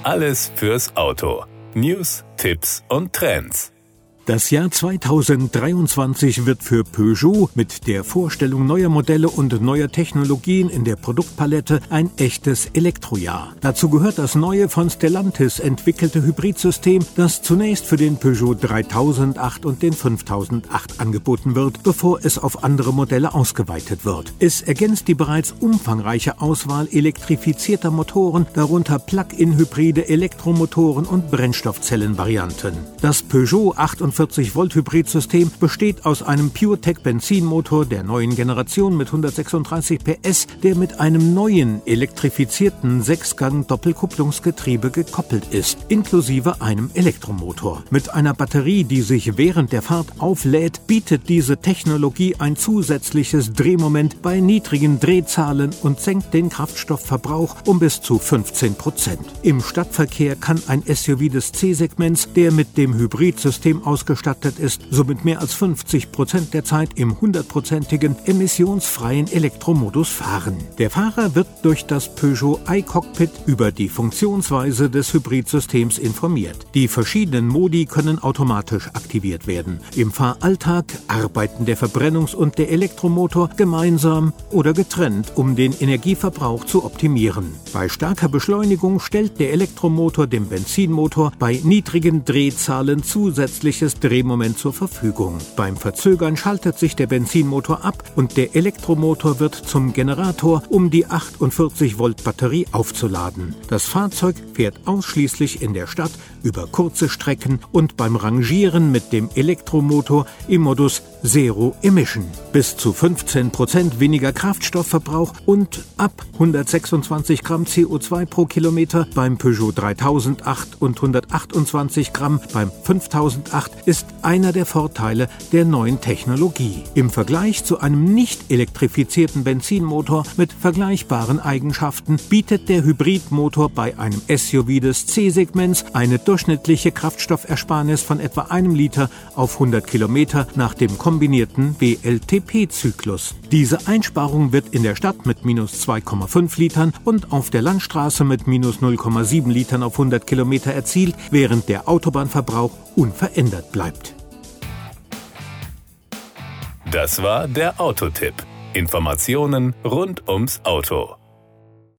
Alles fürs Auto. News, Tipps und Trends. Das Jahr 2023 wird für Peugeot mit der Vorstellung neuer Modelle und neuer Technologien in der Produktpalette ein echtes Elektrojahr. Dazu gehört das neue von Stellantis entwickelte Hybridsystem, das zunächst für den Peugeot 3008 und den 5008 angeboten wird, bevor es auf andere Modelle ausgeweitet wird. Es ergänzt die bereits umfangreiche Auswahl elektrifizierter Motoren, darunter Plug-in-Hybride, Elektromotoren und Brennstoffzellenvarianten. Das Peugeot 48-Volt-Hybridsystem besteht aus einem PureTech-Benzinmotor der neuen Generation mit 136 PS, der mit einem neuen elektrifizierten 6-Gang-Doppelkupplungsgetriebe gekoppelt ist, inklusive einem Elektromotor. Mit einer Batterie, die sich während der Fahrt auflädt, bietet diese Technologie ein zusätzliches Drehmoment bei niedrigen Drehzahlen und senkt den Kraftstoffverbrauch um bis zu 15%. Im Stadtverkehr kann ein SUV des C-Segments, der mit dem Hybridsystem ausgestattet ist, somit mehr als 50% der Zeit im 100%igen emissionsfreien Elektromodus fahren. Der Fahrer wird durch das Peugeot iCockpit über die Funktionsweise des Hybridsystems informiert. Die verschiedenen Modi können automatisch aktiviert werden. Im Fahralltag arbeiten der Verbrennungs- und der Elektromotor gemeinsam oder getrennt, um den Energieverbrauch zu optimieren. Bei starker Beschleunigung stellt der Elektromotor dem Benzinmotor bei niedrigen Drehzahlen zusätzliches Drehmoment zur Verfügung. Beim Verzögern schaltet sich der Benzinmotor ab und der Elektromotor wird zum Generator, um die 48-Volt-Batterie aufzuladen. Das Fahrzeug fährt ausschließlich in der Stadt über kurze Strecken und beim Rangieren mit dem Elektromotor im Modus Zero Emission. Bis zu 15% weniger Kraftstoffverbrauch und ab 126 Gramm CO2 pro Kilometer beim Peugeot 3008 und 128 Gramm beim 5008 ist einer der Vorteile der neuen Technologie. Im Vergleich zu einem nicht elektrifizierten Benzinmotor mit vergleichbaren Eigenschaften bietet der Hybridmotor bei einem SUV des C-Segments eine durchschnittliche Kraftstoffersparnis von etwa 1 Liter auf 100 Kilometer nach dem kombinierten WLTP-Zyklus. Diese Einsparung wird in der Stadt mit minus 2,5 Litern und auf der Landstraße mit minus 0,7 Litern auf 100 Kilometer erzielt, während der Autobahnverbrauch unverändert bleibt. Das war der Autotipp. Informationen rund ums Auto.